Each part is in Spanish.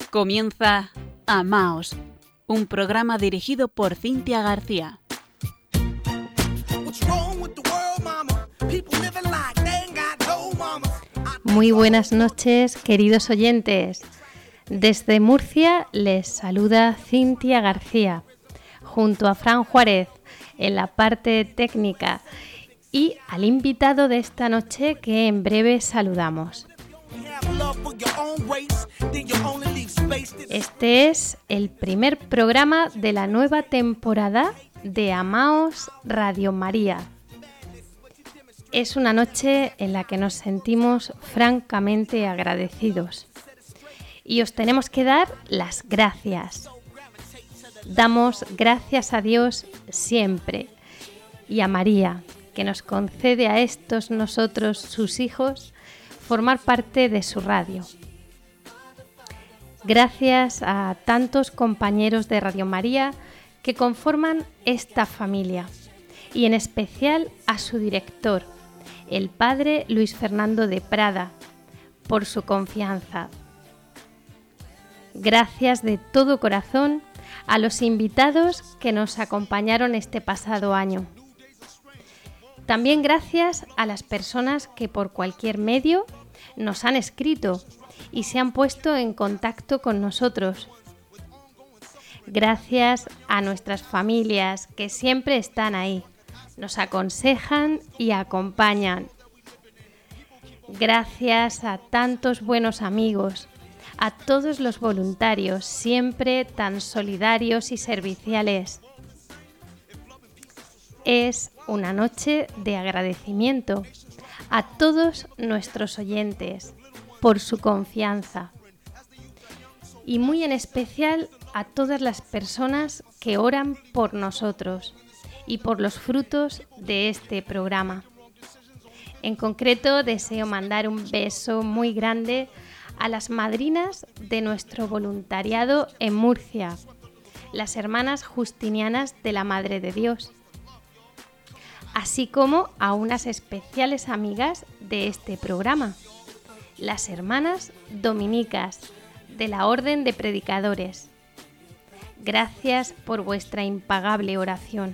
Comienza Amaos, un programa dirigido por Cintia García. Muy buenas noches, queridos oyentes. Desde Murcia les saluda Cintia García, junto a Fran Juárez en la parte técnica y al invitado de esta noche que en breve saludamos. Este es el primer programa de la nueva temporada de Amaos Radio María. Es una noche en la que nos sentimos francamente agradecidos y os tenemos que dar las gracias. Damos gracias a Dios siempre y a María, que nos concede a estos nosotros, sus hijos, formar parte de su radio. Gracias a tantos compañeros de Radio María que conforman esta familia y en especial a su director, el padre Luis Fernando de Prada, por su confianza. Gracias de todo corazón a los invitados que nos acompañaron este pasado año. También gracias a las personas que por cualquier medio nos han escrito y se han puesto en contacto con nosotros. Gracias a nuestras familias que siempre están ahí, nos aconsejan y acompañan. Gracias a tantos buenos amigos, a todos los voluntarios, siempre tan solidarios y serviciales. Es una noche de agradecimiento a todos nuestros oyentes por su confianza y muy en especial a todas las personas que oran por nosotros y por los frutos de este programa. En concreto, deseo mandar un beso muy grande a las madrinas de nuestro voluntariado en Murcia, las hermanas Justinianas de la Madre de Dios, así como a unas especiales amigas de este programa, las hermanas dominicas de la Orden de Predicadores. Gracias por vuestra impagable oración.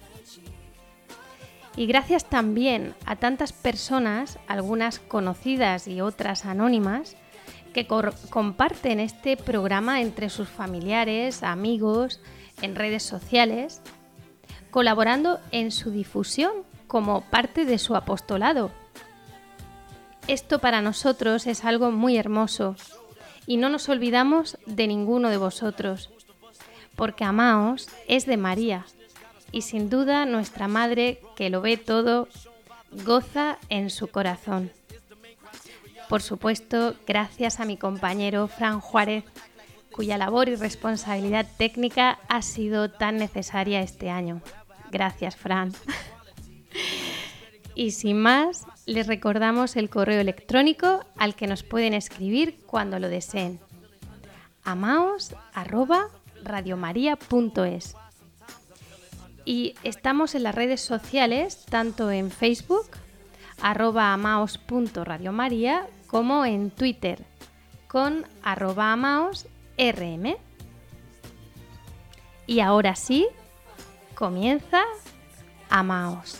Y gracias también a tantas personas, algunas conocidas y otras anónimas, que comparten este programa entre sus familiares, amigos, en redes sociales, colaborando en su difusión como parte de su apostolado. Esto para nosotros es algo muy hermoso y no nos olvidamos de ninguno de vosotros, porque Amaos es de María y sin duda nuestra Madre, que lo ve todo, goza en su corazón. Por supuesto, gracias a mi compañero Fran Juárez, cuya labor y responsabilidad técnica ha sido tan necesaria este año. Gracias, Fran. Y sin más, les recordamos el correo electrónico al que nos pueden escribir cuando lo deseen. amaos@radiomaria.es. Y estamos en las redes sociales, tanto en Facebook, @amaos.radiomaria, como en Twitter, con @amaosrm. Y ahora sí, comienza Amaos.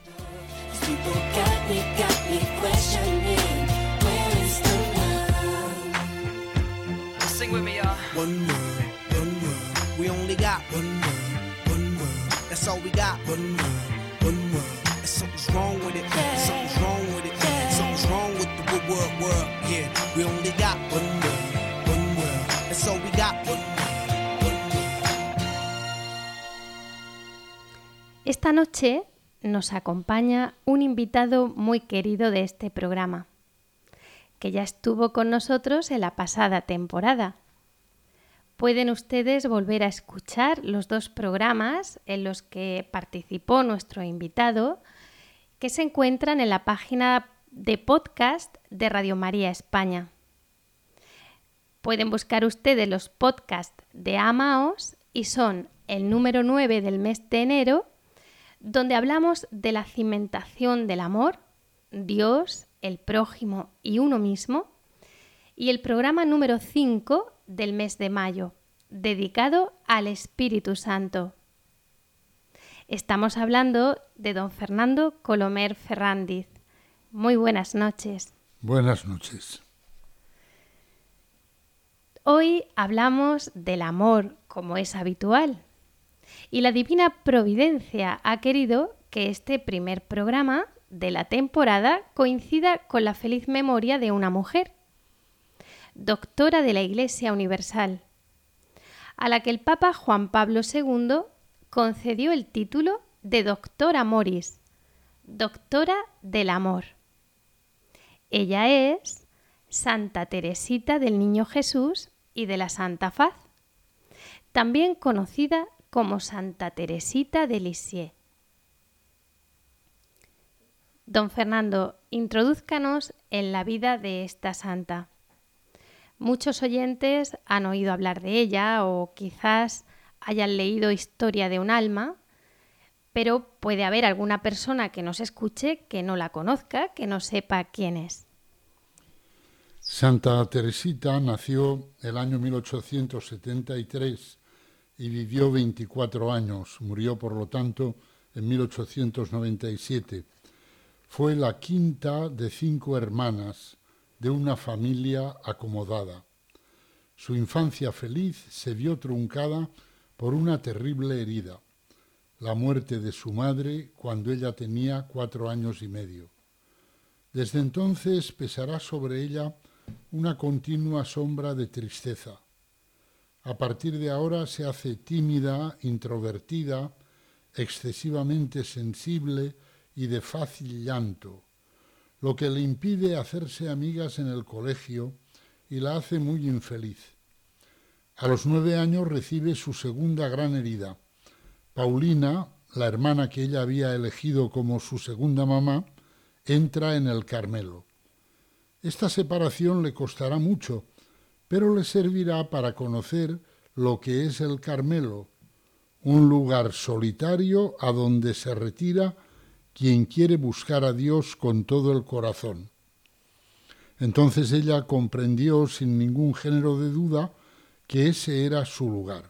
Sing with me, y'all. One word, we only got one word, that's all we got, one word, there's something's wrong with it, something's wrong with it, something's wrong with the world, yeah, we only got one word, that's all we got, one word. Esta noche nos acompaña un invitado muy querido de este programa, que ya estuvo con nosotros en la pasada temporada. Pueden ustedes volver a escuchar los dos programas en los que participó nuestro invitado, que se encuentran en la página de podcast de Radio María España. Pueden buscar ustedes los podcasts de Amaos y son el número 9 del mes de enero, donde hablamos de la cimentación del amor, Dios, el prójimo y uno mismo, y el programa número 5, del mes de mayo, dedicado al Espíritu Santo. Estamos hablando de don Fernando Colomer Ferrándiz. Muy buenas noches. Buenas noches. Hoy hablamos del amor, como es habitual. Y la Divina Providencia ha querido que este primer programa de la temporada coincida con la feliz memoria de una mujer, doctora de la Iglesia Universal, a la que el Papa Juan Pablo II concedió el título de Doctora Amoris, doctora del amor. Ella es Santa Teresita del Niño Jesús y de la Santa Faz, también conocida como Santa Teresita de Lisieux. Don Fernando, introdúzcanos en la vida de esta santa. Muchos oyentes han oído hablar de ella o quizás hayan leído Historia de un alma, pero puede haber alguna persona que nos escuche que no la conozca, que no sepa quién es. Santa Teresita nació el año 1873 y vivió 24 años. Murió, por lo tanto, en 1897. Fue la quinta de 5 hermanas de una familia acomodada. Su infancia feliz se vio truncada por una terrible herida, la muerte de su madre cuando ella tenía 4 años y medio. Desde entonces pesará sobre ella una continua sombra de tristeza. A partir de ahora se hace tímida, introvertida, excesivamente sensible y de fácil llanto, lo que le impide hacerse amigas en el colegio y la hace muy infeliz. A los 9 años recibe su segunda gran herida. Paulina, la hermana que ella había elegido como su segunda mamá, entra en el Carmelo. Esta separación le costará mucho, pero le servirá para conocer lo que es el Carmelo, un lugar solitario a donde se retira quien quiere buscar a Dios con todo el corazón. Entonces ella comprendió sin ningún género de duda que ese era su lugar.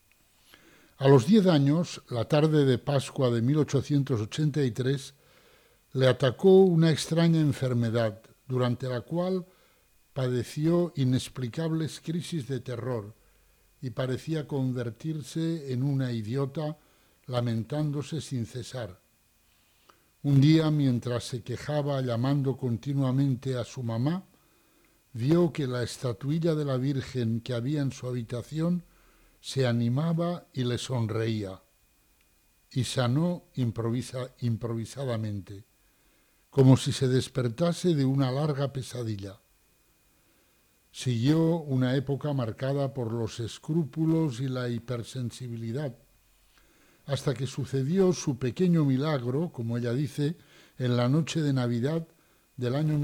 A los 10 años, la tarde de Pascua de 1883, le atacó una extraña enfermedad, durante la cual padeció inexplicables crisis de terror y parecía convertirse en una idiota, lamentándose sin cesar. Un día, mientras se quejaba llamando continuamente a su mamá, vio que la estatuilla de la Virgen que había en su habitación se animaba y le sonreía, y sanó improvisadamente, como si se despertase de una larga pesadilla. Siguió una época marcada por los escrúpulos y la hipersensibilidad, hasta que sucedió su pequeño milagro, como ella dice, en la noche de Navidad del año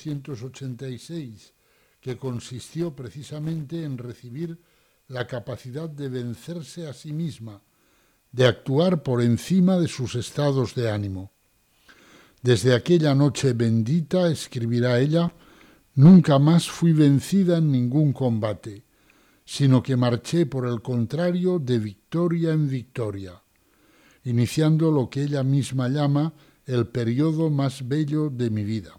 1886, que consistió precisamente en recibir la capacidad de vencerse a sí misma, de actuar por encima de sus estados de ánimo. Desde aquella noche bendita, escribirá ella, nunca más fui vencida en ningún combate, sino que marché, por el contrario, de victoria en victoria, iniciando lo que ella misma llama el periodo más bello de mi vida.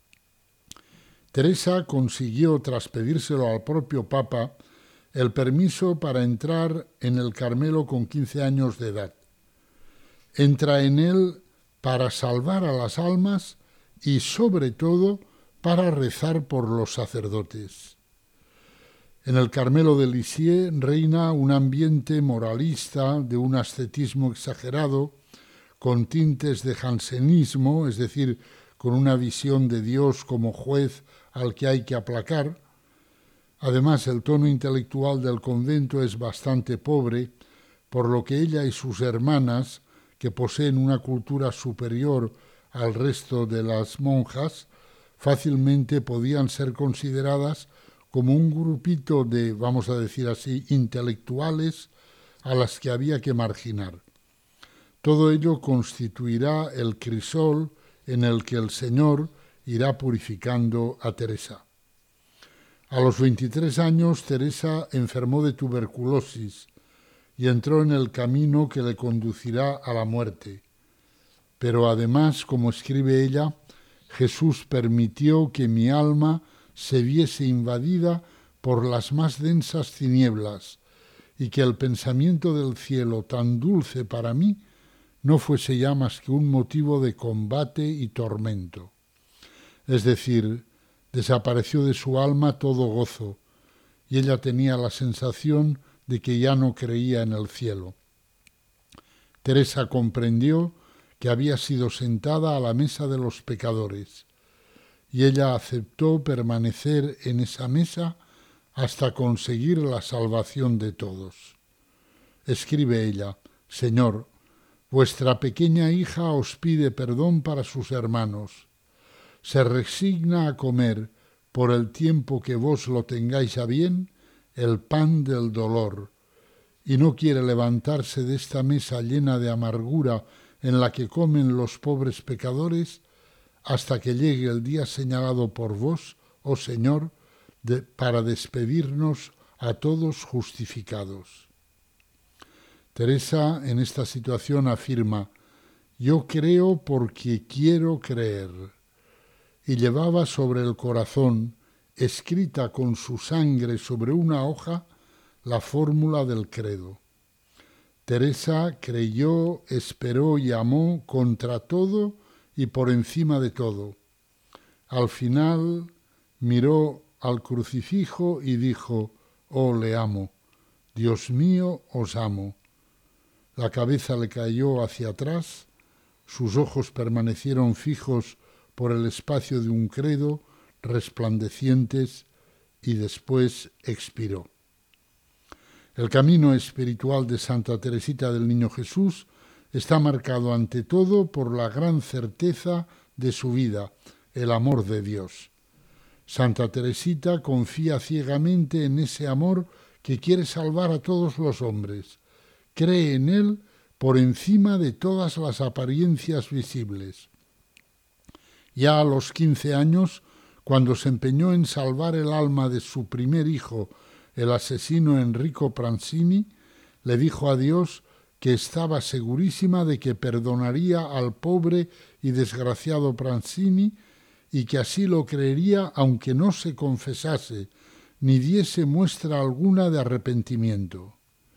Teresa consiguió, tras pedírselo al propio Papa, el permiso para entrar en el Carmelo con 15 años de edad. Entra en él para salvar a las almas y, sobre todo, para rezar por los sacerdotes. En el Carmelo de Lisieux reina un ambiente moralista de un ascetismo exagerado, con tintes de jansenismo, es decir, con una visión de Dios como juez al que hay que aplacar. Además, el tono intelectual del convento es bastante pobre, por lo que ella y sus hermanas, que poseen una cultura superior al resto de las monjas, fácilmente podían ser consideradas como un grupito de, vamos a decir así, intelectuales a las que había que marginar. Todo ello constituirá el crisol en el que el Señor irá purificando a Teresa. A los 23 años, Teresa enfermó de tuberculosis y entró en el camino que le conducirá a la muerte. Pero además, como escribe ella, Jesús permitió que mi alma se viese invadida por las más densas tinieblas y que el pensamiento del cielo, tan dulce para mí, no fuese ya más que un motivo de combate y tormento. Es decir, desapareció de su alma todo gozo, y ella tenía la sensación de que ya no creía en el cielo. Teresa comprendió que había sido sentada a la mesa de los pecadores, y ella aceptó permanecer en esa mesa hasta conseguir la salvación de todos. Escribe ella: Señor, vuestra pequeña hija os pide perdón para sus hermanos. Se resigna a comer, por el tiempo que vos lo tengáis a bien, el pan del dolor, y no quiere levantarse de esta mesa llena de amargura en la que comen los pobres pecadores, hasta que llegue el día señalado por vos, oh Señor, para despedirnos a todos justificados. Teresa en esta situación afirma: yo creo porque quiero creer, y llevaba sobre el corazón, escrita con su sangre sobre una hoja, la fórmula del credo. Teresa creyó, esperó y amó contra todo y por encima de todo. Al final miró al crucifijo y dijo: oh, le amo, Dios mío, os amo. La cabeza le cayó hacia atrás, sus ojos permanecieron fijos por el espacio de un credo, resplandecientes, y después expiró. El camino espiritual de Santa Teresita del Niño Jesús está marcado ante todo por la gran certeza de su vida, el amor de Dios. Santa Teresita confía ciegamente en ese amor que quiere salvar a todos los hombres. Cree en él por encima de todas las apariencias visibles. Ya a los 15 años, cuando se empeñó en salvar el alma de su primer hijo, el asesino Enrico Pranzini, le dijo a Dios que estaba segurísima de que perdonaría al pobre y desgraciado Pranzini y que así lo creería aunque no se confesase ni diese muestra alguna de arrepentimiento.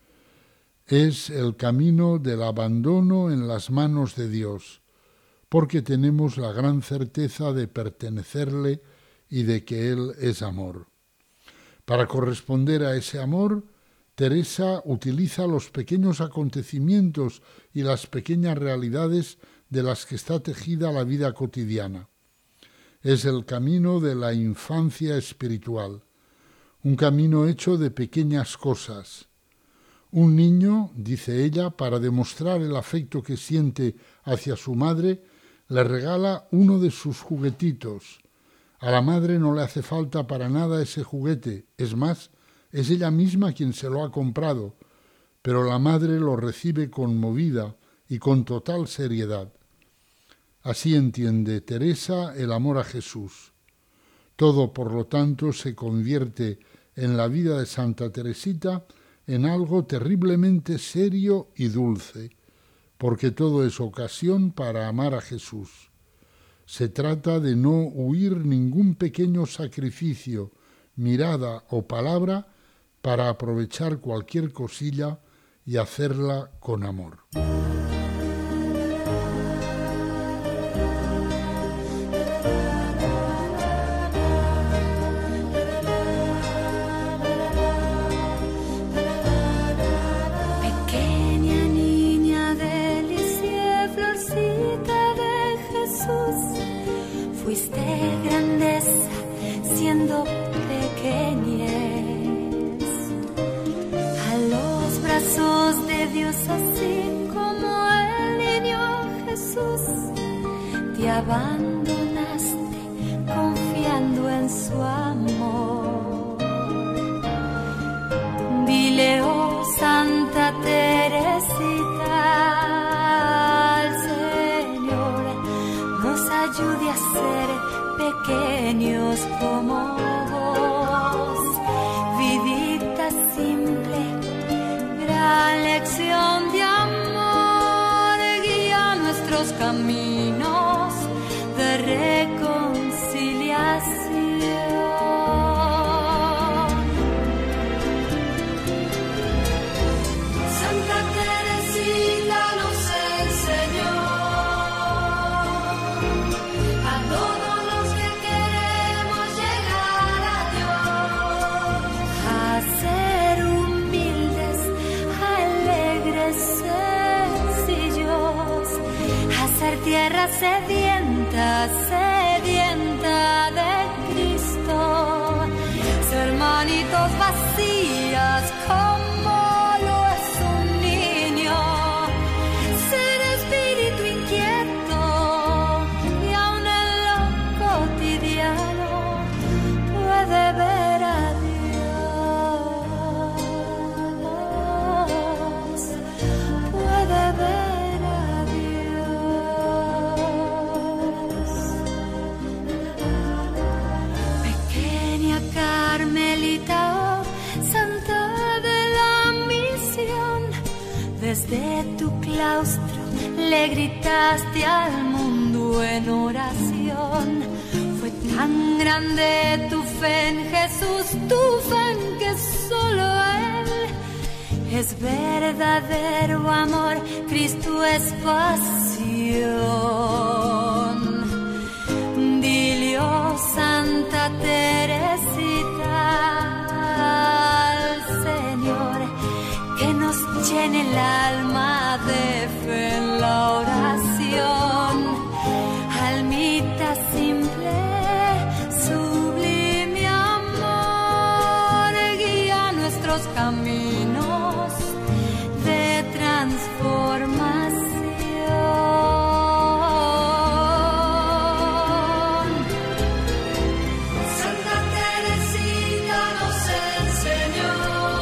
Es el camino del abandono en las manos de Dios, porque tenemos la gran certeza de pertenecerle y de que Él es amor. Para corresponder a ese amor, Teresa utiliza los pequeños acontecimientos y las pequeñas realidades de las que está tejida la vida cotidiana. Es el camino de la infancia espiritual, un camino hecho de pequeñas cosas. Un niño, dice ella, para demostrar el afecto que siente hacia su madre, le regala uno de sus juguetitos. A la madre no le hace falta para nada ese juguete, es más, es ella misma quien se lo ha comprado, pero la madre lo recibe conmovida y con total seriedad. Así entiende Teresa el amor a Jesús. Todo, por lo tanto, se convierte en la vida de Santa Teresita en algo terriblemente serio y dulce, porque todo es ocasión para amar a Jesús. Se trata de no huir ningún pequeño sacrificio, mirada o palabra para aprovechar cualquier cosilla y hacerla con amor. Fuiste grandeza siendo pequeñez, a los brazos de Dios así como el niño Jesús, te abandonaste confiando en su amor. Dile, oh Santa Teresita, al Señor nos ayude a ser pequeños como vos. nuestros caminos de reconciliación. Santa Teresita nos enseñó a todos los que queremos llegar a Dios a ser humildes, alegres, sencillos, a ser tierra sedienta, sedienta de Cristo, ser manitos vacías como lo es un niño, ser espíritu inquieto y aún en lo cotidiano puede ver a Dios, puede ver a Dios. Pequeña Carmelita, oh, santa de la misión, desde tu claustro le gritaste al mundo en oración. Fue tan grande tu fe en Jesús, tu fe en que solo Él es verdadero amor, Cristo es pasión. Dile, oh Santa Teresita, al Señor que nos llene el alma de fe en la oración. Almita simple, sublime amor, guía nuestros caminos de transformación. Santa Teresita nos enseñó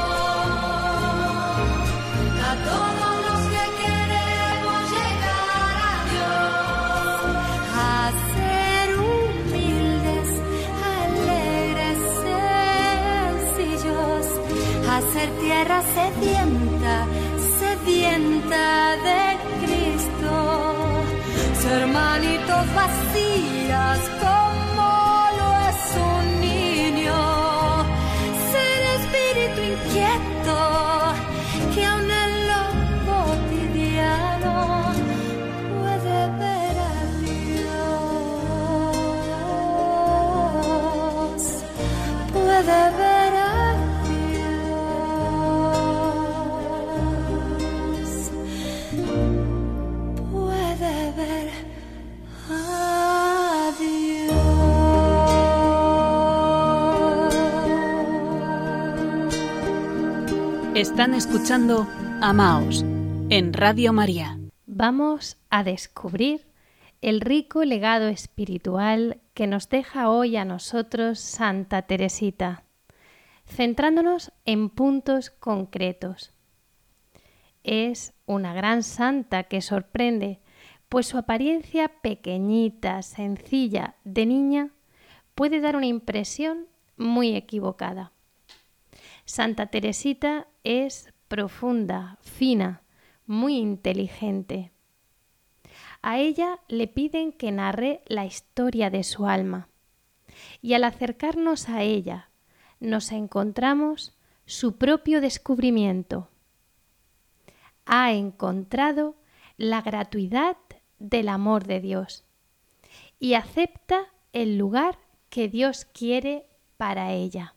a todos los que queremos llegar a Dios a ser humildes, alegres, sencillos, a ser tierra sedienta, sedienta de Cristo, ser manitos vacías como lo es un niño, ser espíritu inquieto que aún en lo cotidiano puede ver a Dios, puede ver a Dios, puede ver a Dios. Están escuchando Amaos en Radio María. Vamos a descubrir el rico legado espiritual que nos deja hoy a nosotros Santa Teresita, centrándonos en puntos concretos. Es una gran santa que sorprende, pues su apariencia pequeñita, sencilla, de niña, puede dar una impresión muy equivocada. Santa Teresita es profunda, fina, muy inteligente. A ella le piden que narre la historia de su alma, y al acercarnos a ella nos encontramos su propio descubrimiento. Ha encontrado la gratuidad del amor de Dios y acepta el lugar que Dios quiere para ella.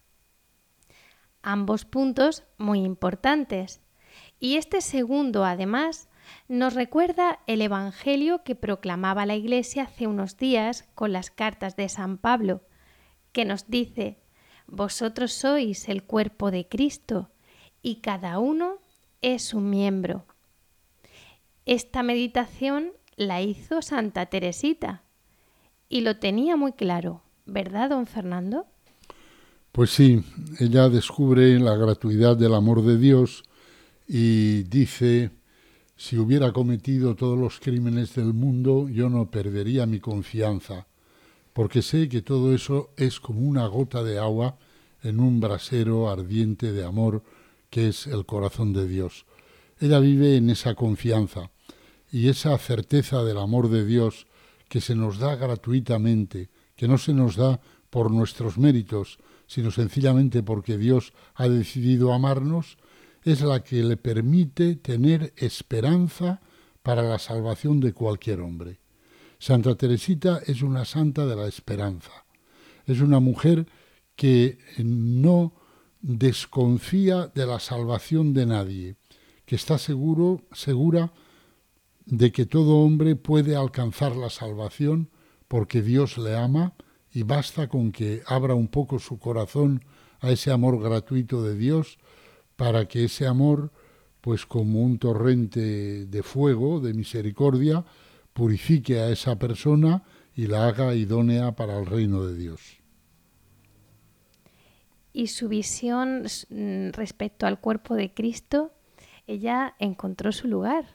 Ambos puntos muy importantes, y este segundo, además, nos recuerda el Evangelio que proclamaba la Iglesia hace unos días con las cartas de San Pablo, que nos dice: vosotros sois el cuerpo de Cristo y cada uno es un miembro. Esta meditación la hizo Santa Teresita y lo tenía muy claro, ¿verdad, don Fernando? Pues sí, ella descubre la gratuidad del amor de Dios y dice: si hubiera cometido todos los crímenes del mundo, yo no perdería mi confianza, porque sé que todo eso es como una gota de agua en un brasero ardiente de amor que es el corazón de Dios. Ella vive en esa confianza y esa certeza del amor de Dios que se nos da gratuitamente, que no se nos da por nuestros méritos, sino sencillamente porque Dios ha decidido amarnos, es la que le permite tener esperanza para la salvación de cualquier hombre. Santa Teresita es una santa de la esperanza. Es una mujer que no desconfía de la salvación de nadie, que está segura de que todo hombre puede alcanzar la salvación porque Dios le ama y basta con que abra un poco su corazón a ese amor gratuito de Dios para que ese amor, pues como un torrente de fuego, de misericordia, purifique a esa persona y la haga idónea para el reino de Dios. Y su visión respecto al cuerpo de Cristo, ella encontró su lugar.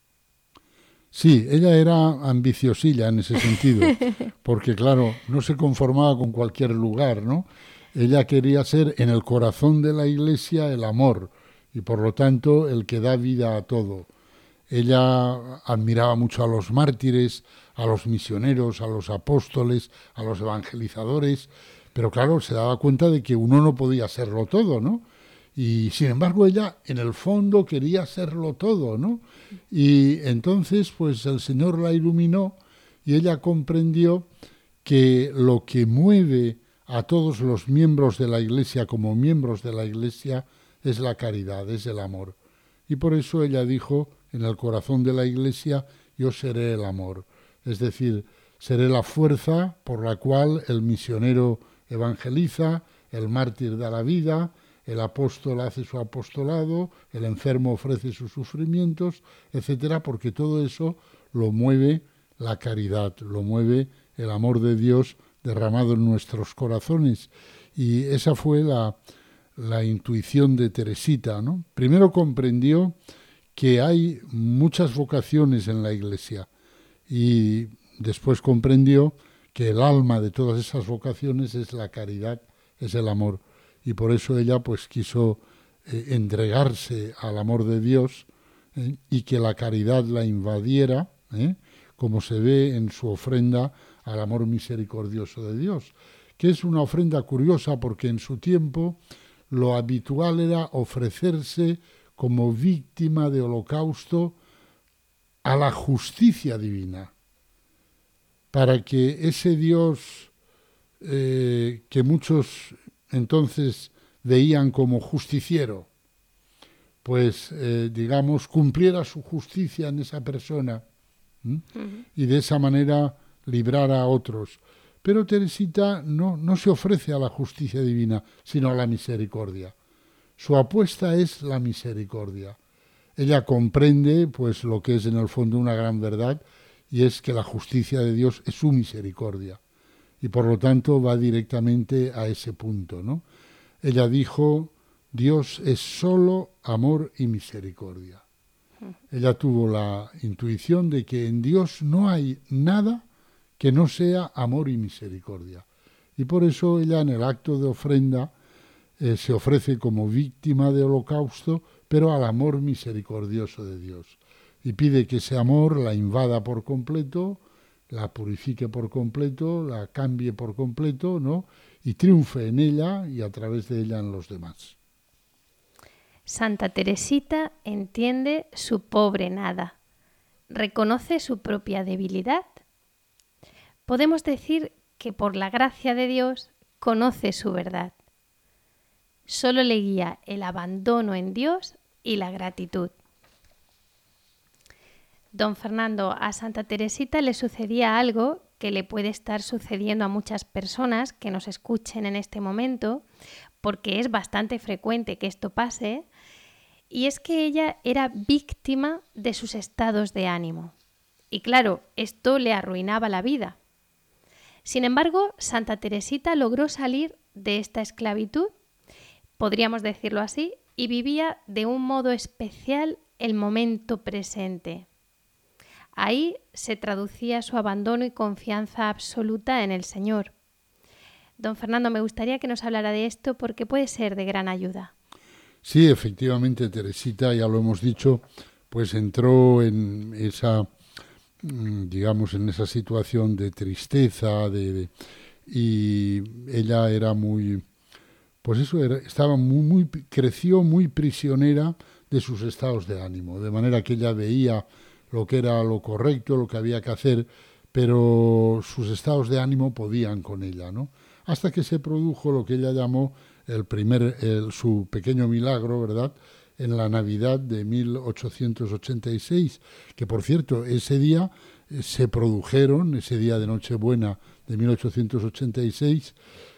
Sí, ella era ambiciosilla en ese sentido, porque claro, no se conformaba con cualquier lugar, ¿no? Ella quería ser en el corazón de la Iglesia el amor y por lo tanto el que da vida a todo. Ella admiraba mucho a los mártires, a los misioneros, a los apóstoles, a los evangelizadores, pero claro, se daba cuenta de que uno no podía serlo todo, ¿no? Y sin embargo ella en el fondo quería serlo todo, ¿no? Y entonces pues el Señor la iluminó y ella comprendió que lo que mueve a todos los miembros de la Iglesia como miembros de la Iglesia es la caridad, es el amor. Y por eso ella dijo, en el corazón de la Iglesia yo seré el amor, es decir, seré la fuerza por la cual el misionero evangeliza, el mártir da la vida, el apóstol hace su apostolado, el enfermo ofrece sus sufrimientos, etcétera, porque todo eso lo mueve la caridad, lo mueve el amor de Dios derramado en nuestros corazones. Y esa fue la intuición de Teresita, ¿no? Primero comprendió que hay muchas vocaciones en la Iglesia y después comprendió que el alma de todas esas vocaciones es la caridad, es el amor. Y por eso ella pues quiso entregarse al amor de Dios y que la caridad la invadiera, como se ve en su ofrenda al amor misericordioso de Dios, que es una ofrenda curiosa porque en su tiempo lo habitual era ofrecerse como víctima de holocausto a la justicia divina, para que ese Dios que muchos entonces veían como justiciero, pues digamos cumpliera su justicia en esa persona y de esa manera librara a otros. Pero Teresita no se ofrece a la justicia divina, sino a la misericordia. Su apuesta es la misericordia. Ella comprende pues lo que es en el fondo una gran verdad y es que la justicia de Dios es su misericordia. Y por lo tanto va directamente a ese punto, ¿no? Ella dijo, Dios es solo amor y misericordia. Ella tuvo la intuición de que en Dios no hay nada que no sea amor y misericordia. Y por eso ella en el acto de ofrenda se ofrece como víctima de holocausto, pero al amor misericordioso de Dios. Y pide que ese amor la invada por completo, la purifique por completo, la cambie por completo, ¿no? Y triunfe en ella y a través de ella en los demás. Santa Teresita entiende su pobre nada, reconoce su propia debilidad. Podemos decir que por la gracia de Dios conoce su verdad. Solo le guía el abandono en Dios y la gratitud. Don Fernando, a Santa Teresita le sucedía algo que le puede estar sucediendo a muchas personas que nos escuchen en este momento, porque es bastante frecuente que esto pase, y es que ella era víctima de sus estados de ánimo. Y claro, esto le arruinaba la vida. Sin embargo, Santa Teresita logró salir de esta esclavitud, podríamos decirlo así, y vivía de un modo especial el momento presente. Ahí se traducía su abandono y confianza absoluta en el Señor. Don Fernando, me gustaría que nos hablara de esto porque puede ser de gran ayuda. Sí, efectivamente, Teresita, ya lo hemos dicho, pues entró en esa, digamos, en esa situación de tristeza, y ella era muy, pues eso, estaba creció muy prisionera de sus estados de ánimo, de manera que ella veía lo que era lo correcto, lo que había que hacer, pero sus estados de ánimo podían con ella, ¿no? Hasta que se produjo lo que ella llamó su pequeño milagro, ¿verdad?, en la Navidad de 1886, que por cierto, ese día se produjeron, ese día de Nochebuena de 1886,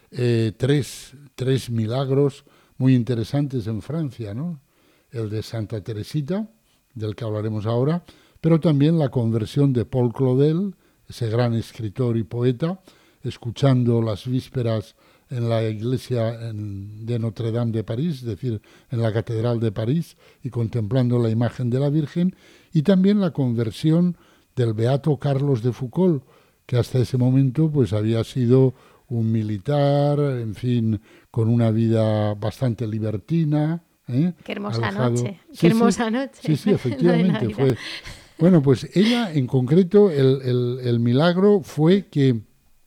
tres milagros muy interesantes en Francia, ¿no? El de Santa Teresita, del que hablaremos ahora, pero también la conversión de Paul Claudel, ese gran escritor y poeta, escuchando las vísperas en la iglesia de Notre Dame de París, es decir, en la Catedral de París, y contemplando la imagen de la Virgen, y también la conversión del beato Carlos de Foucauld, que hasta ese momento pues había sido un militar, en fin, con una vida bastante libertina. Qué hermosa noche. Sí, qué hermosa noche. Sí, efectivamente fue. Bueno, pues ella en concreto, el milagro fue que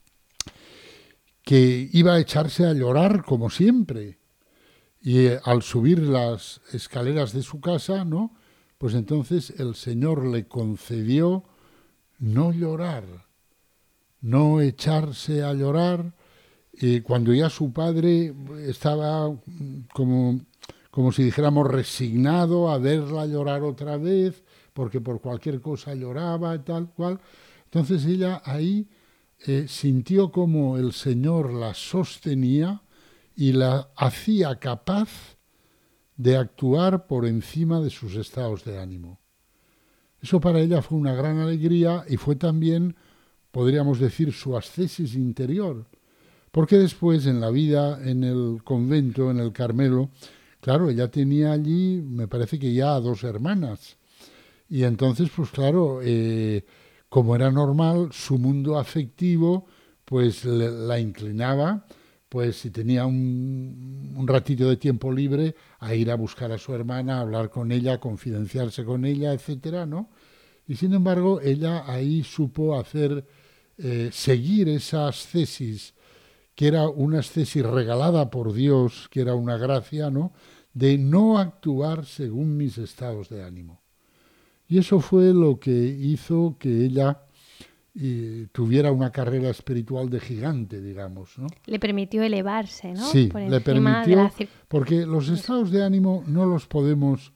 iba a echarse a llorar como siempre. Y al subir las escaleras de su casa, ¿no?, pues entonces el Señor le concedió no llorar, no echarse a llorar, cuando ya su padre estaba como si dijéramos resignado a verla llorar otra vez, porque por cualquier cosa lloraba, tal cual. Entonces ella ahí sintió como el Señor la sostenía y la hacía capaz de actuar por encima de sus estados de ánimo. Eso para ella fue una gran alegría y fue también, podríamos decir, su ascesis interior, porque después en la vida en el convento, en el Carmelo, claro, ella tenía allí, me parece que ya 2 hermanas, y entonces, pues claro, como era normal, su mundo afectivo pues la inclinaba, pues si tenía un ratito de tiempo libre, a ir a buscar a su hermana, a hablar con ella, confidenciarse con ella, etcétera, ¿no? Y sin embargo, ella ahí supo seguir esa ascesis, que era una ascesis regalada por Dios, que era una gracia, ¿no?, de no actuar según mis estados de ánimo. Y eso fue lo que hizo que ella tuviera una carrera espiritual de gigante, digamos, ¿no? Le permitió elevarse, ¿no? Sí, por le permitió, porque los estados de ánimo no los podemos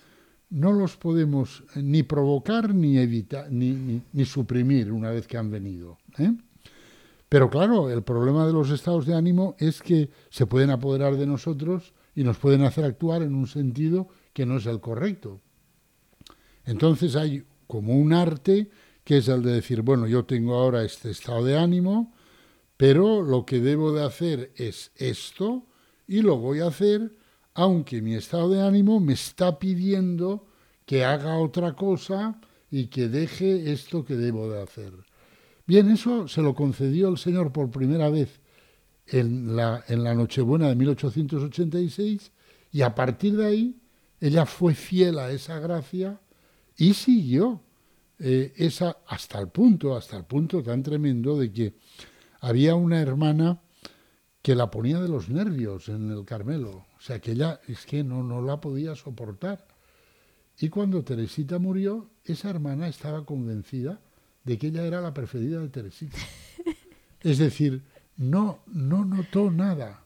ni provocar ni evitar, ni suprimir una vez que han venido, ¿eh? Pero claro, el problema de los estados de ánimo es que se pueden apoderar de nosotros y nos pueden hacer actuar en un sentido que no es el correcto. Entonces hay como un arte que es el de decir, bueno, yo tengo ahora este estado de ánimo, pero lo que debo de hacer es esto y lo voy a hacer aunque mi estado de ánimo me está pidiendo que haga otra cosa y que deje esto que debo de hacer. Bien, eso se lo concedió el Señor por primera vez en la Nochebuena de 1886 y a partir de ahí ella fue fiel a esa gracia y siguió hasta el punto tan tremendo de que había una hermana que la ponía de los nervios en el Carmelo. O sea, que ella es que no la podía soportar. Y cuando Teresita murió, esa hermana estaba convencida de que ella era la preferida de Teresita. Es decir, no notó nada.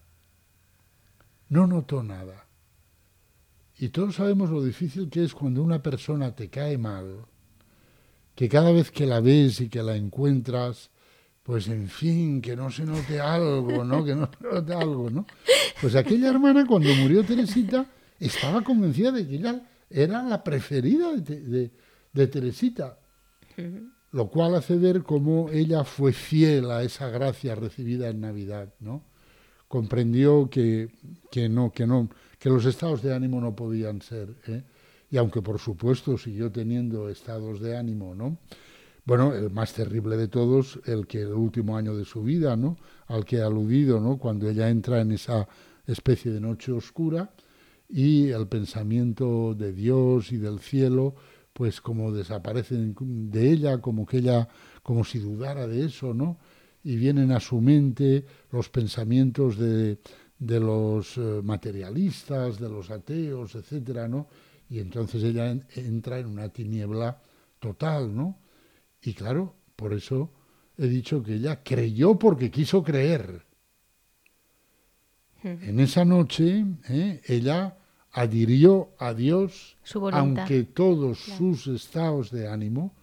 No notó nada. Y todos sabemos lo difícil que es cuando una persona te cae mal, que cada vez que la ves y que la encuentras, pues en fin, que no se note algo, ¿no? Que no se note algo, ¿no? Pues aquella hermana, cuando murió Teresita, estaba convencida de que ella era la preferida de Teresita, lo cual hace ver cómo ella fue fiel a esa gracia recibida en Navidad, ¿no? Comprendió que los estados de ánimo no podían ser, ¿eh? Y aunque por supuesto siguió teniendo estados de ánimo, ¿no? Bueno, el más terrible de todos, el último año de su vida, ¿no?, al que he aludido, ¿no?, cuando ella entra en esa especie de noche oscura y el pensamiento de Dios y del cielo pues como desaparecen de ella, como si dudara de eso, ¿no? Y vienen a su mente los pensamientos de los materialistas, de los ateos, etcétera, ¿no? Y entonces ella entra en una tiniebla total, ¿no? Y claro, por eso he dicho que ella creyó porque quiso creer. En esa noche, ella adhirió a Dios, su voluntad, aunque todos claro, su estado de ánimo,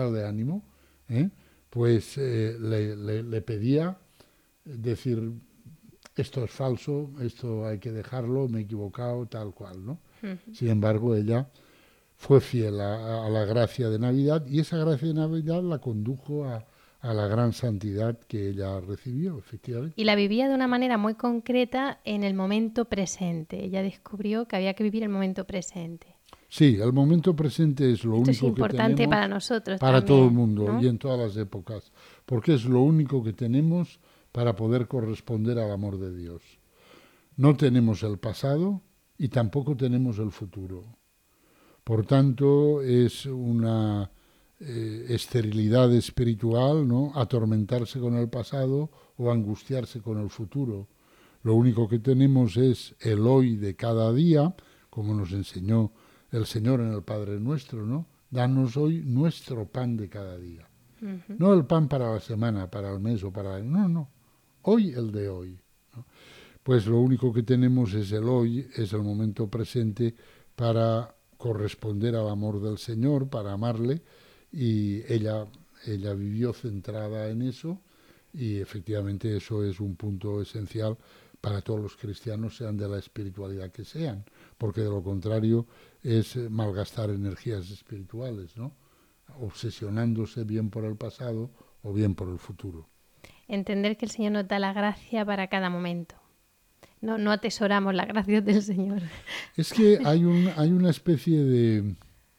pues le pedía decir, esto es falso, esto hay que dejarlo, me he equivocado, tal cual, ¿no? Sin embargo, ella fue fiel a la gracia de Navidad, y esa gracia de Navidad la condujo a la gran santidad que ella recibió, efectivamente. Y la vivía de una manera muy concreta en el momento presente. Ella descubrió que había que vivir el momento presente. Sí, el momento presente es lo único que tenemos. Esto es importante para nosotros para también, todo el mundo, ¿no? Y en todas las épocas, porque es lo único que tenemos para poder corresponder al amor de Dios. No tenemos el pasado y tampoco tenemos el futuro. Por tanto, es una esterilidad espiritual, ¿no? Atormentarse con el pasado o angustiarse con el futuro. Lo único que tenemos es el hoy de cada día, como nos enseñó el Señor en el Padre Nuestro, ¿no? Danos hoy nuestro pan de cada día. No el pan para la semana, para el mes o para el... No. Hoy el de hoy, ¿no? Pues lo único que tenemos es el hoy, es el momento presente para corresponder al amor del Señor, para amarle, y ella vivió centrada en eso, y efectivamente eso es un punto esencial para todos los cristianos, sean de la espiritualidad que sean, porque de lo contrario es malgastar energías espirituales, ¿no? Obsesionándose bien por el pasado o bien por el futuro. Entender que el Señor nos da la gracia para cada momento. No atesoramos las gracias del Señor. Es que hay una especie de...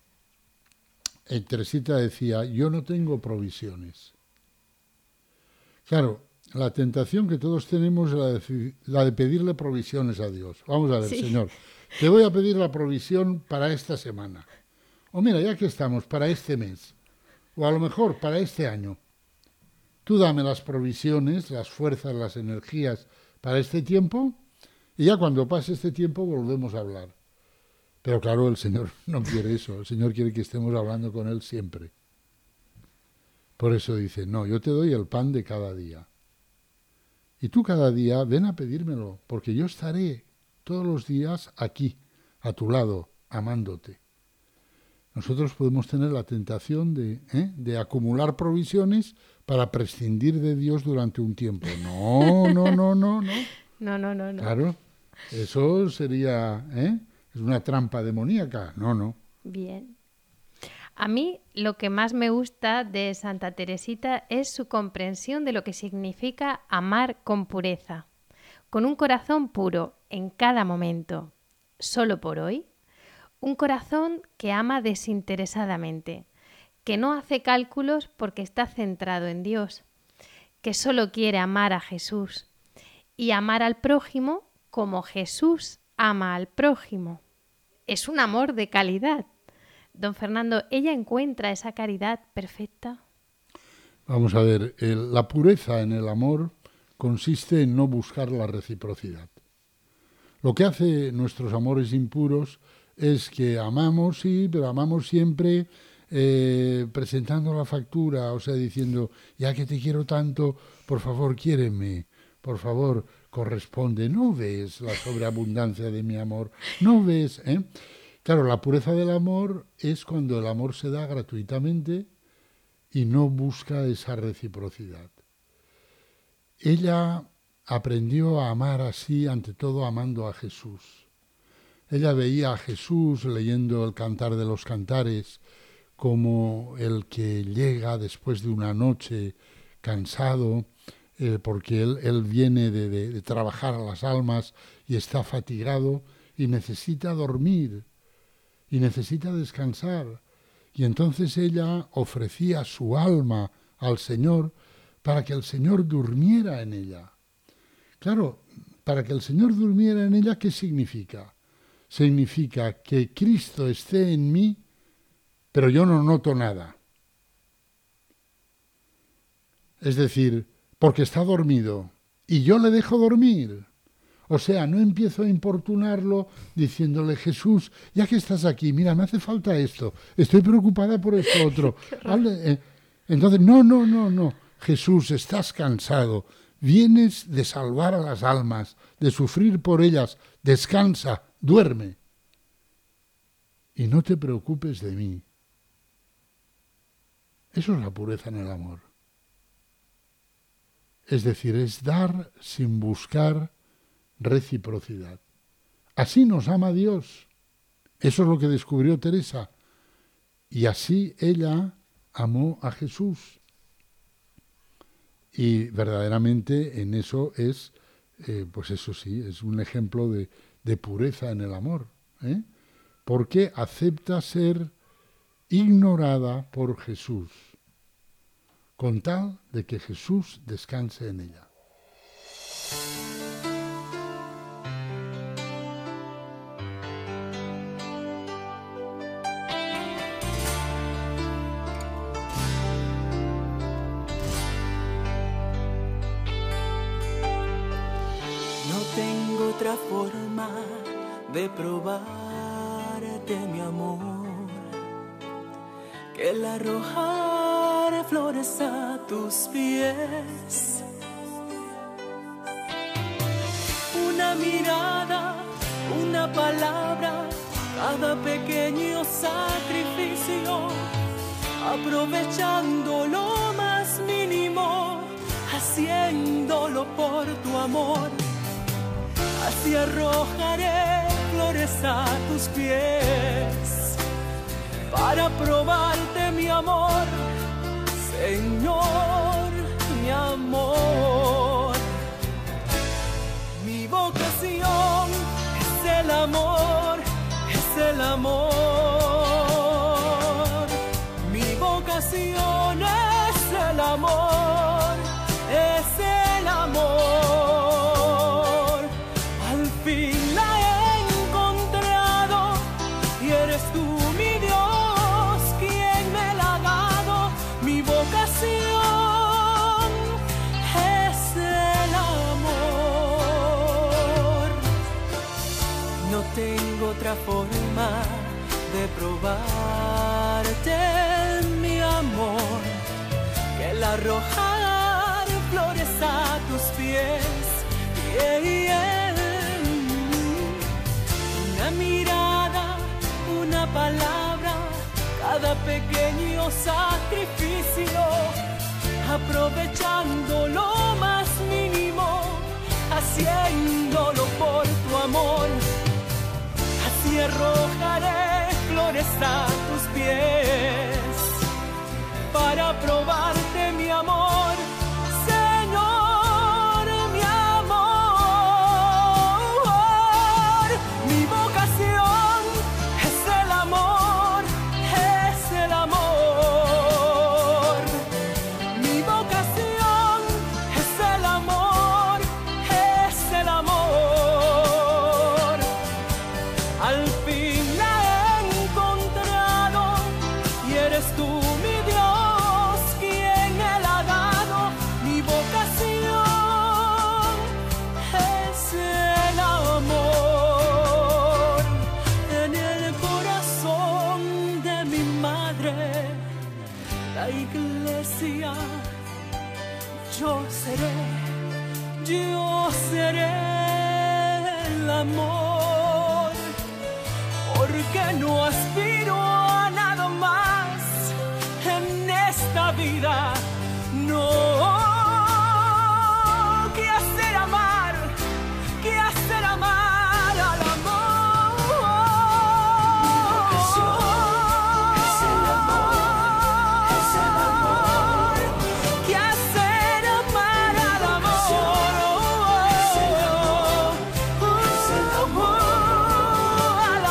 Teresita decía, yo no tengo provisiones. Claro, la tentación que todos tenemos es la de pedirle provisiones a Dios. Vamos a ver, Sí. Señor, te voy a pedir la provisión para esta semana. O mira, ya que estamos, para este mes. O a lo mejor para este año. Tú dame las provisiones, las fuerzas, las energías para este tiempo, y ya cuando pase este tiempo volvemos a hablar. Pero claro, el Señor no quiere eso. El Señor quiere que estemos hablando con Él siempre. Por eso dice, no, yo te doy el pan de cada día. Y tú cada día ven a pedírmelo, porque yo estaré todos los días aquí, a tu lado, amándote. Nosotros podemos tener la tentación de acumular provisiones para prescindir de Dios durante un tiempo. No. No. Claro, eso sería... es una trampa demoníaca. No. Bien. A mí lo que más me gusta de Santa Teresita es su comprensión de lo que significa amar con pureza, con un corazón puro en cada momento, solo por hoy. Un corazón que ama desinteresadamente, que no hace cálculos porque está centrado en Dios, que solo quiere amar a Jesús y amar al prójimo como Jesús ama al prójimo. Es un amor de calidad. Don Fernando, ¿ella encuentra esa caridad perfecta? Vamos a ver, la pureza en el amor consiste en no buscar la reciprocidad. Lo que hace nuestros amores impuros es que amamos, sí, pero amamos siempre presentando la factura, o sea, diciendo, ya que te quiero tanto, por favor, quiéreme, por favor, corresponde. ¿No ves la sobreabundancia de mi amor? ¿No ves? Claro, la pureza del amor es cuando el amor se da gratuitamente y no busca esa reciprocidad. Ella aprendió a amar así, ante todo amando a Jesús. Ella veía a Jesús leyendo el Cantar de los Cantares como el que llega después de una noche cansado, porque él viene de trabajar a las almas y está fatigado y necesita dormir y necesita descansar. Y entonces ella ofrecía su alma al Señor para que el Señor durmiera en ella. Claro, para que el Señor durmiera en ella, ¿qué significa? Significa que Cristo esté en mí pero yo no noto nada. Es decir, porque está dormido y yo le dejo dormir. O sea, no empiezo a importunarlo diciéndole, Jesús, ya que estás aquí, mira, me hace falta esto, estoy preocupada por esto otro. Entonces, no, Jesús, estás cansado, vienes de salvar a las almas, de sufrir por ellas, descansa, duerme. Y no te preocupes de mí. Eso es la pureza en el amor. Es decir, es dar sin buscar reciprocidad. Así nos ama Dios. Eso es lo que descubrió Teresa. Y así ella amó a Jesús. Y verdaderamente en eso es, pues eso sí, es un ejemplo de pureza en el amor. Porque acepta ser ignorada por Jesús, con tal de que Jesús descanse en ella. No tengo otra forma de probarte mi amor que el arrojar flores a tus pies. Una mirada, una palabra, cada pequeño sacrificio, aprovechando lo más mínimo, haciéndolo por tu amor. Así arrojaré flores a tus pies para probarte mi amor, Señor, mi amor. Mi vocación es el amor, es el amor. Mi vocación es el amor, es el amor. Al fin la he encontrado y eres tú, mi Dios, quien me la ha dado. Mi vocación es el amor. No tengo otra forma de probarte mi amor que el arrojar flores a tus pies. Una mirada, una palabra, cada pequeño sacrificio, aprovechando lo más mínimo, haciéndolo por tu amor. Así arrojaré flores a tus pies para probarte mi amor, Señor, mi amor. Mi vocación es el amor, es el amor. Mi vocación es el amor, es el amor. Al fin la he encontrado y eres tú, mi Dios, quien me la ha dado. Mi vocación es el amor. En el corazón de mi madre, la iglesia, yo seré el amor, porque no aspiro a nada más en esta vida, no, que hacer amar al amor. Mi vocación es el amor, que hacer amar al amor, al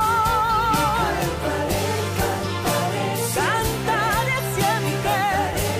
amor. Cantaré siempre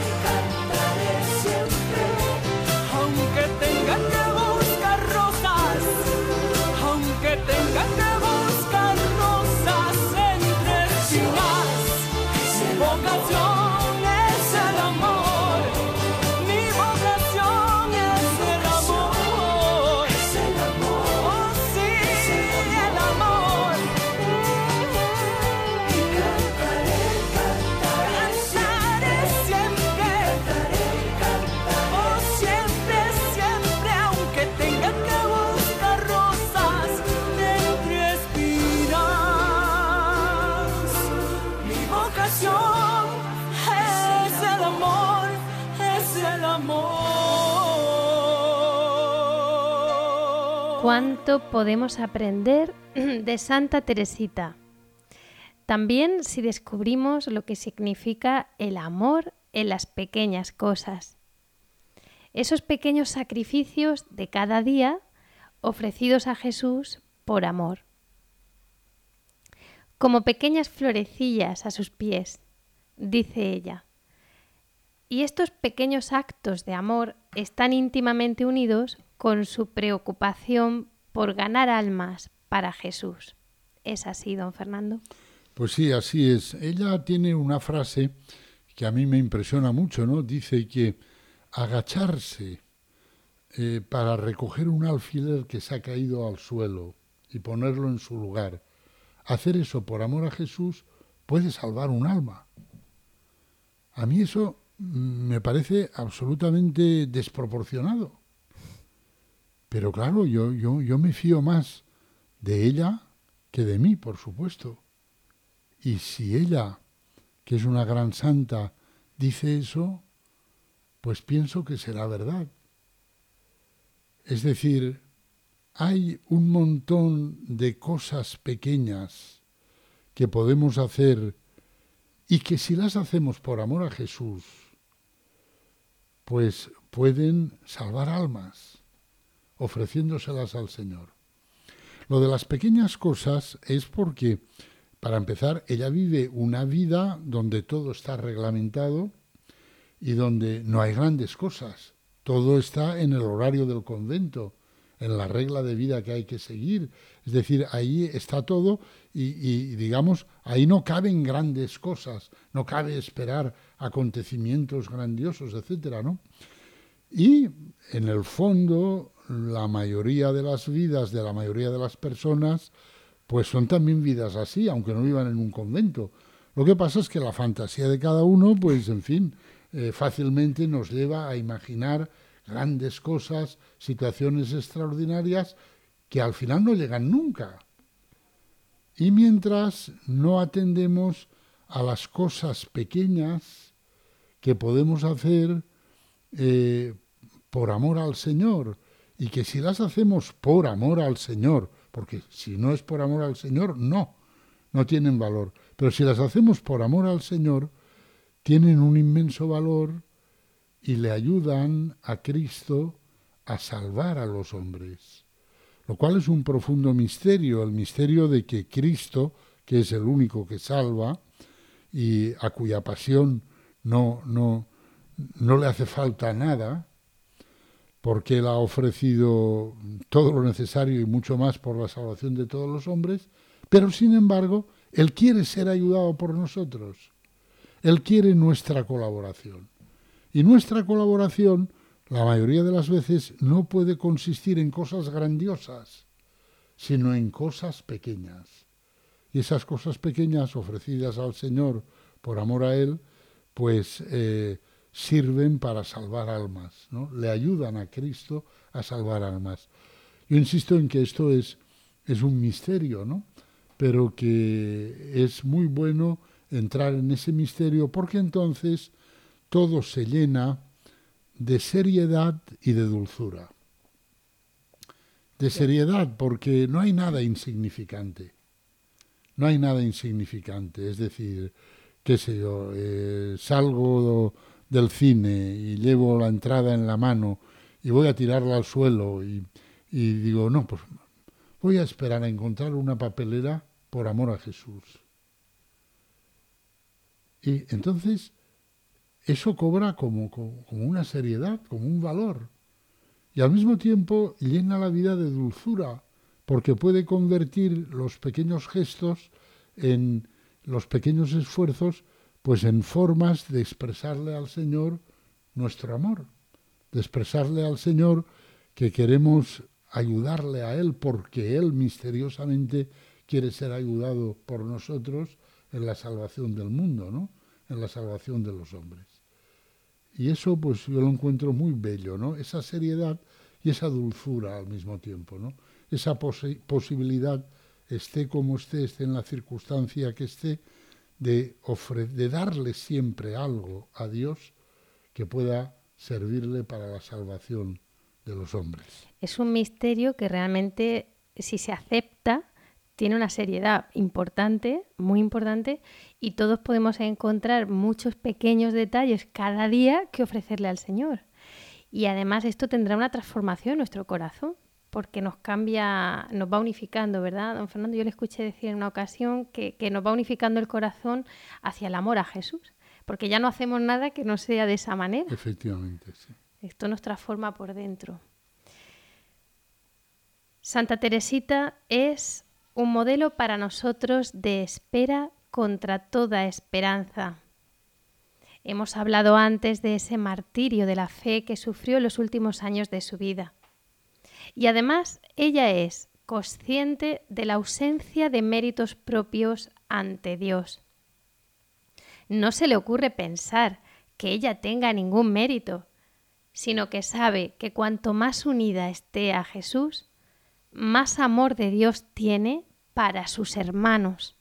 Cuánto podemos aprender de Santa Teresita. También si descubrimos lo que significa el amor en las pequeñas cosas. Esos pequeños sacrificios de cada día ofrecidos a Jesús por amor. Como pequeñas florecillas a sus pies, dice ella. Y estos pequeños actos de amor están íntimamente unidos con su preocupación por ganar almas para Jesús. ¿Es así, don Fernando? Pues sí, así es. Ella tiene una frase que a mí me impresiona mucho, ¿no? Dice que agacharse para recoger un alfiler que se ha caído al suelo y ponerlo en su lugar, hacer eso por amor a Jesús puede salvar un alma. A mí eso me parece absolutamente desproporcionado. Pero claro, yo me fío más de ella que de mí, por supuesto. Y si ella, que es una gran santa, dice eso, pues pienso que será verdad. Es decir, hay un montón de cosas pequeñas que podemos hacer y que si las hacemos por amor a Jesús, pues pueden salvar almas, ofreciéndoselas al Señor. Lo de las pequeñas cosas es porque, para empezar, ella vive una vida donde todo está reglamentado y donde no hay grandes cosas. Todo está en el horario del convento, en la regla de vida que hay que seguir. Es decir, ahí está todo y digamos, ahí no caben grandes cosas, no cabe esperar acontecimientos grandiosos, etcétera, ¿no? Y, en el fondo, la mayoría de las vidas de la mayoría de las personas pues son también vidas así, aunque no vivan en un convento. Lo que pasa es que la fantasía de cada uno, pues en fin, fácilmente nos lleva a imaginar grandes cosas, situaciones extraordinarias que al final no llegan nunca. Y mientras no atendemos a las cosas pequeñas que podemos hacer por amor al Señor, y que si las hacemos por amor al Señor, porque si no es por amor al Señor, no tienen valor. Pero si las hacemos por amor al Señor, tienen un inmenso valor y le ayudan a Cristo a salvar a los hombres. Lo cual es un profundo misterio, el misterio de que Cristo, que es el único que salva y a cuya pasión no le hace falta nada, porque Él ha ofrecido todo lo necesario y mucho más por la salvación de todos los hombres, pero sin embargo, Él quiere ser ayudado por nosotros. Él quiere nuestra colaboración. Y nuestra colaboración, la mayoría de las veces, no puede consistir en cosas grandiosas, sino en cosas pequeñas. Y esas cosas pequeñas ofrecidas al Señor por amor a Él, pues sirven para salvar almas, ¿no? Le ayudan a Cristo a salvar almas. Yo insisto en que esto es un misterio, ¿no? Pero que es muy bueno entrar en ese misterio porque entonces todo se llena de seriedad y de dulzura. De seriedad porque no hay nada insignificante. No hay nada insignificante. Es decir, qué sé yo, salgo del cine y llevo la entrada en la mano y voy a tirarla al suelo y digo, no, pues voy a esperar a encontrar una papelera por amor a Jesús. Y entonces eso cobra como una seriedad, como un valor. Y al mismo tiempo llena la vida de dulzura, porque puede convertir los pequeños gestos en los pequeños esfuerzos, pues en formas de expresarle al Señor nuestro amor, de expresarle al Señor que queremos ayudarle a Él porque Él misteriosamente quiere ser ayudado por nosotros en la salvación del mundo, ¿no? En la salvación de los hombres. Y eso pues yo lo encuentro muy bello, ¿no? Esa seriedad y esa dulzura al mismo tiempo, ¿no? Esa posibilidad, esté como esté en la circunstancia que esté, de darle siempre algo a Dios que pueda servirle para la salvación de los hombres. Es un misterio que realmente, si se acepta, tiene una seriedad importante, muy importante, y todos podemos encontrar muchos pequeños detalles cada día que ofrecerle al Señor. Y además esto tendrá una transformación en nuestro corazón, porque nos cambia, nos va unificando, ¿verdad, don Fernando? Yo le escuché decir en una ocasión que nos va unificando el corazón hacia el amor a Jesús, porque ya no hacemos nada que no sea de esa manera. Efectivamente, sí. Esto nos transforma por dentro. Santa Teresita es un modelo para nosotros de espera contra toda esperanza. Hemos hablado antes de ese martirio de la fe que sufrió en los últimos años de su vida. Y además ella es consciente de la ausencia de méritos propios ante Dios. No se le ocurre pensar que ella tenga ningún mérito, sino que sabe que cuanto más unida esté a Jesús, más amor de Dios tiene para sus hermanos.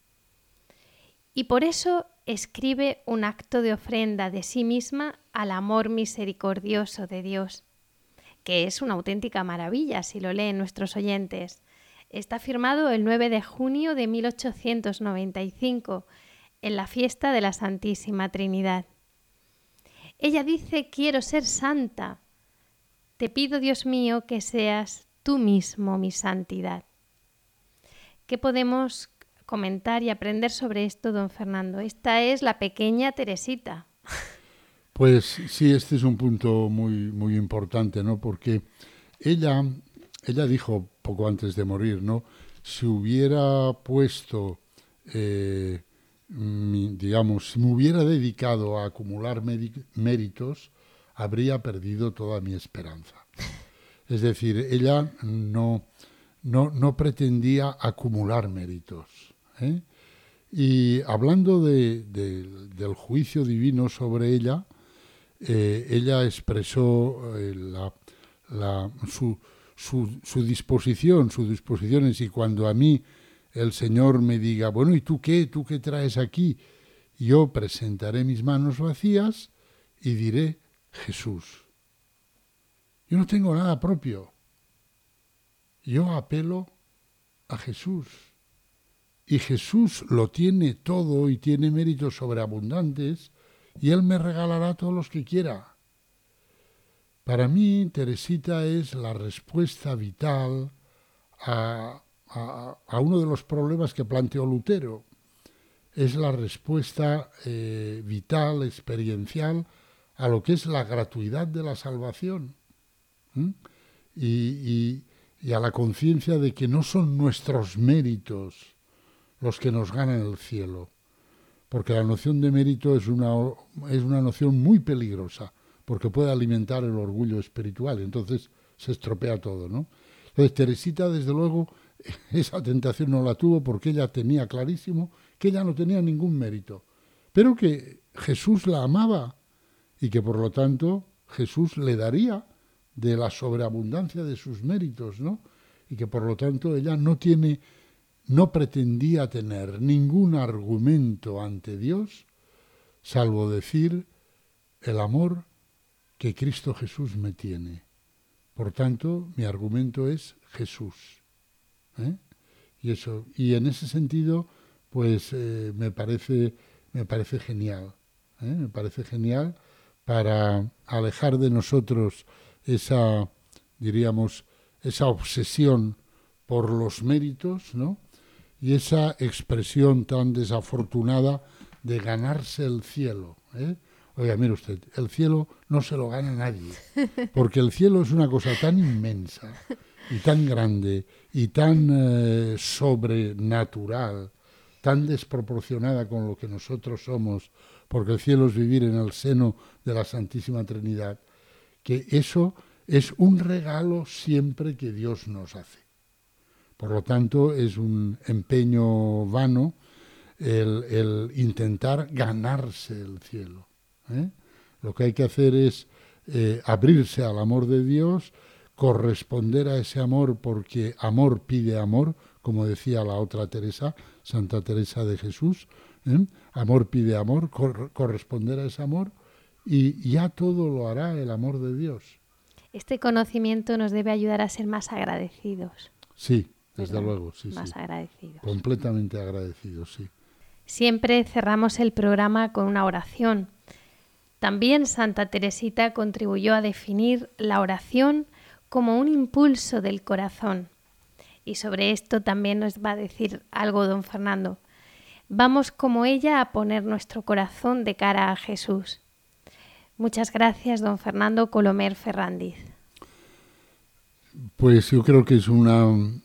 Y por eso escribe un acto de ofrenda de sí misma al amor misericordioso de Dios, que es una auténtica maravilla si lo leen nuestros oyentes. Está firmado el 9 de junio de 1895, en la fiesta de la Santísima Trinidad. Ella dice: quiero ser santa. Te pido, Dios mío, que seas tú mismo mi santidad. ¿Qué podemos comentar y aprender sobre esto, don Fernando? Esta es la pequeña Teresita. Pues sí, este es un punto muy, muy importante, ¿no? Porque ella dijo poco antes de morir, ¿no? Si hubiera puesto, si me hubiera dedicado a acumular méritos, habría perdido toda mi esperanza. Es decir, ella no pretendía acumular méritos, ¿eh? Y hablando del juicio divino sobre ella, ella expresó su disposición es: y cuando a mí el Señor me diga, bueno, ¿y tú qué traes aquí? Yo presentaré mis manos vacías y diré: Jesús. Yo no tengo nada propio. Yo apelo a Jesús. Y Jesús lo tiene todo y tiene méritos sobreabundantes, y Él me regalará todos los que quiera. Para mí, Teresita es la respuesta vital a uno de los problemas que planteó Lutero. Es la respuesta vital, experiencial, a lo que es la gratuidad de la salvación. Y a la conciencia de que no son nuestros méritos los que nos ganan el cielo. Porque la noción de mérito es una noción muy peligrosa, porque puede alimentar el orgullo espiritual, y entonces se estropea todo, ¿no? Entonces Teresita, desde luego, esa tentación no la tuvo, porque ella tenía clarísimo que ella no tenía ningún mérito, pero que Jesús la amaba y que por lo tanto Jesús le daría de la sobreabundancia de sus méritos, ¿no? Y que por lo tanto ella no pretendía tener ningún argumento ante Dios, salvo decir: el amor que Cristo Jesús me tiene. Por tanto, mi argumento es Jesús, ¿eh? Y en ese sentido, pues me parece genial, ¿eh? Me parece genial para alejar de nosotros esa obsesión por los méritos, ¿no? Y esa expresión tan desafortunada de ganarse el cielo, ¿eh? Oiga, mire usted, el cielo no se lo gana nadie, porque el cielo es una cosa tan inmensa y tan grande y tan sobrenatural, tan desproporcionada con lo que nosotros somos, porque el cielo es vivir en el seno de la Santísima Trinidad, que eso es un regalo siempre que Dios nos hace. Por lo tanto, es un empeño vano el intentar ganarse el cielo, ¿eh? Lo que hay que hacer es abrirse al amor de Dios, corresponder a ese amor, porque amor pide amor, como decía la otra Teresa, Santa Teresa de Jesús, ¿eh? Amor pide amor, corresponder a ese amor, y ya todo lo hará el amor de Dios. Este conocimiento nos debe ayudar a ser más agradecidos. Sí, desde ¿verdad? luego, sí. Más sí. agradecidos. Completamente agradecidos, sí. Siempre cerramos el programa con una oración. También Santa Teresita contribuyó a definir la oración como un impulso del corazón. Y sobre esto también nos va a decir algo don Fernando. Vamos como ella a poner nuestro corazón de cara a Jesús. Muchas gracias, don Fernando Colomer Ferrandiz. Pues yo creo que es una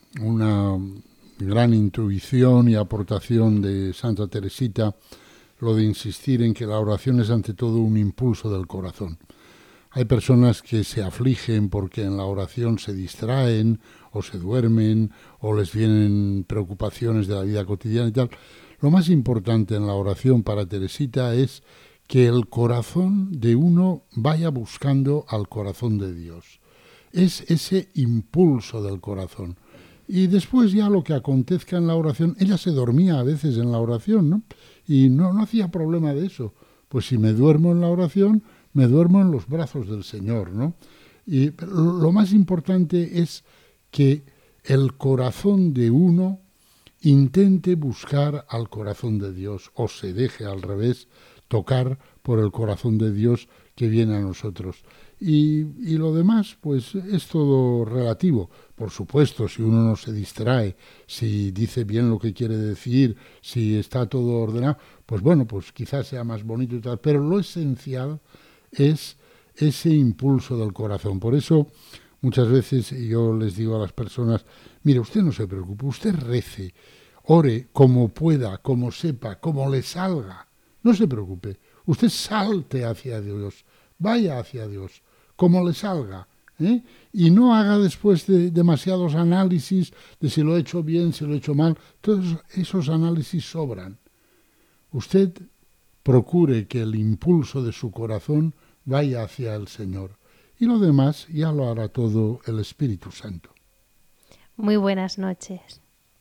gran intuición y aportación de Santa Teresita lo de insistir en que la oración es ante todo un impulso del corazón. Hay personas que se afligen porque en la oración se distraen o se duermen o les vienen preocupaciones de la vida cotidiana y tal. Lo más importante en la oración para Teresita es que el corazón de uno vaya buscando al corazón de Dios. Es ese impulso del corazón. Y después ya lo que acontezca en la oración, ella se dormía a veces en la oración, ¿no? Y no hacía problema de eso. Pues si me duermo en la oración, me duermo en los brazos del Señor, ¿no? Y lo más importante es que el corazón de uno intente buscar al corazón de Dios o se deje al revés tocar por el corazón de Dios que viene a nosotros. Y lo demás, pues es todo relativo. Por supuesto, si uno no se distrae, si dice bien lo que quiere decir, si está todo ordenado, pues bueno, pues quizás sea más bonito y tal. Pero lo esencial es ese impulso del corazón. Por eso, muchas veces yo les digo a las personas, mire, usted no se preocupe, usted rece, ore como pueda, como sepa, como le salga. No se preocupe, usted salte hacia Dios, vaya hacia Dios, como le salga, ¿eh? Y no haga después de demasiados análisis de si lo he hecho bien, si lo he hecho mal. Todos esos análisis sobran. Usted procure que el impulso de su corazón vaya hacia el Señor. Y lo demás ya lo hará todo el Espíritu Santo. Muy buenas noches.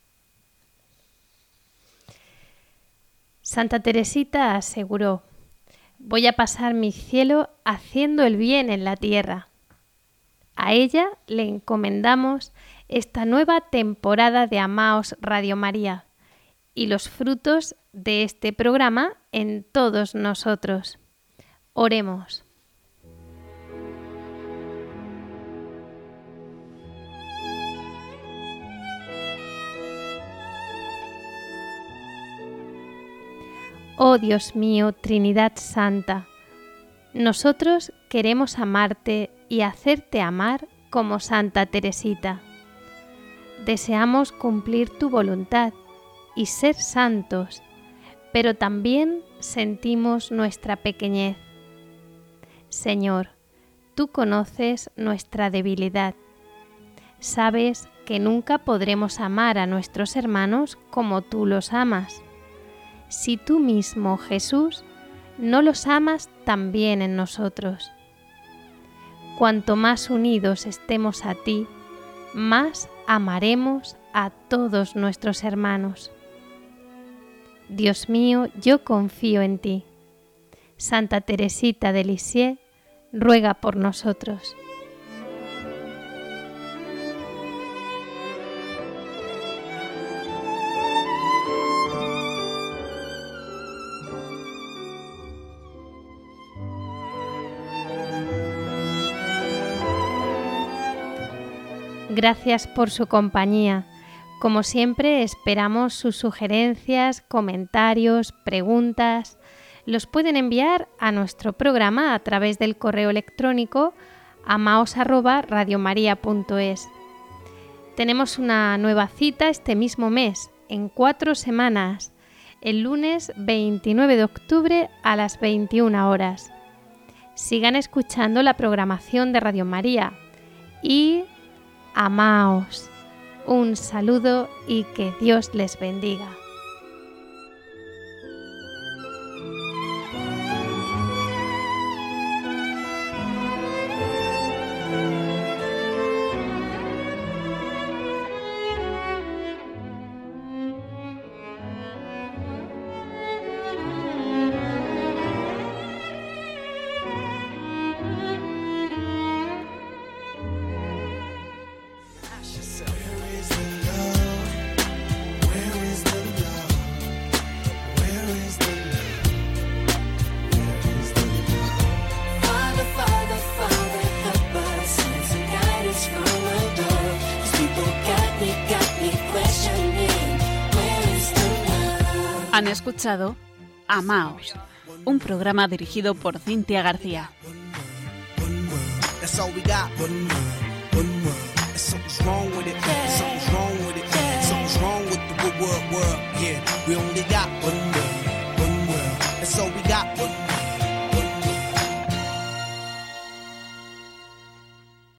Santa Teresita aseguró: voy a pasar mi cielo haciendo el bien en la tierra. A ella le encomendamos esta nueva temporada de Amaos Radio María y los frutos de este programa en todos nosotros. Oremos. Oh Dios mío, Trinidad Santa, nosotros queremos amarte y hacerte amar como Santa Teresita. Deseamos cumplir tu voluntad y ser santos, pero también sentimos nuestra pequeñez. Señor, tú conoces nuestra debilidad. Sabes que nunca podremos amar a nuestros hermanos como tú los amas. Si tú mismo, Jesús, no los amas también en nosotros. Cuanto más unidos estemos a ti, más amaremos a todos nuestros hermanos. Dios mío, yo confío en ti. Santa Teresita de Lisieux, ruega por nosotros. Gracias por su compañía. Como siempre, esperamos sus sugerencias, comentarios, preguntas. Los pueden enviar a nuestro programa a través del correo electrónico amaos@radiomaria.es. Tenemos una nueva cita este mismo mes, en 4 semanas, el lunes 29 de octubre a las 21 horas. Sigan escuchando la programación de Radio María y amaos. Un saludo y que Dios les bendiga. Han escuchado Amaos, un programa dirigido por Cintia García. That's all we got. One world. There's something's wrong with it. Something's wrong with it. Something's wrong with the world. Yeah, we only got one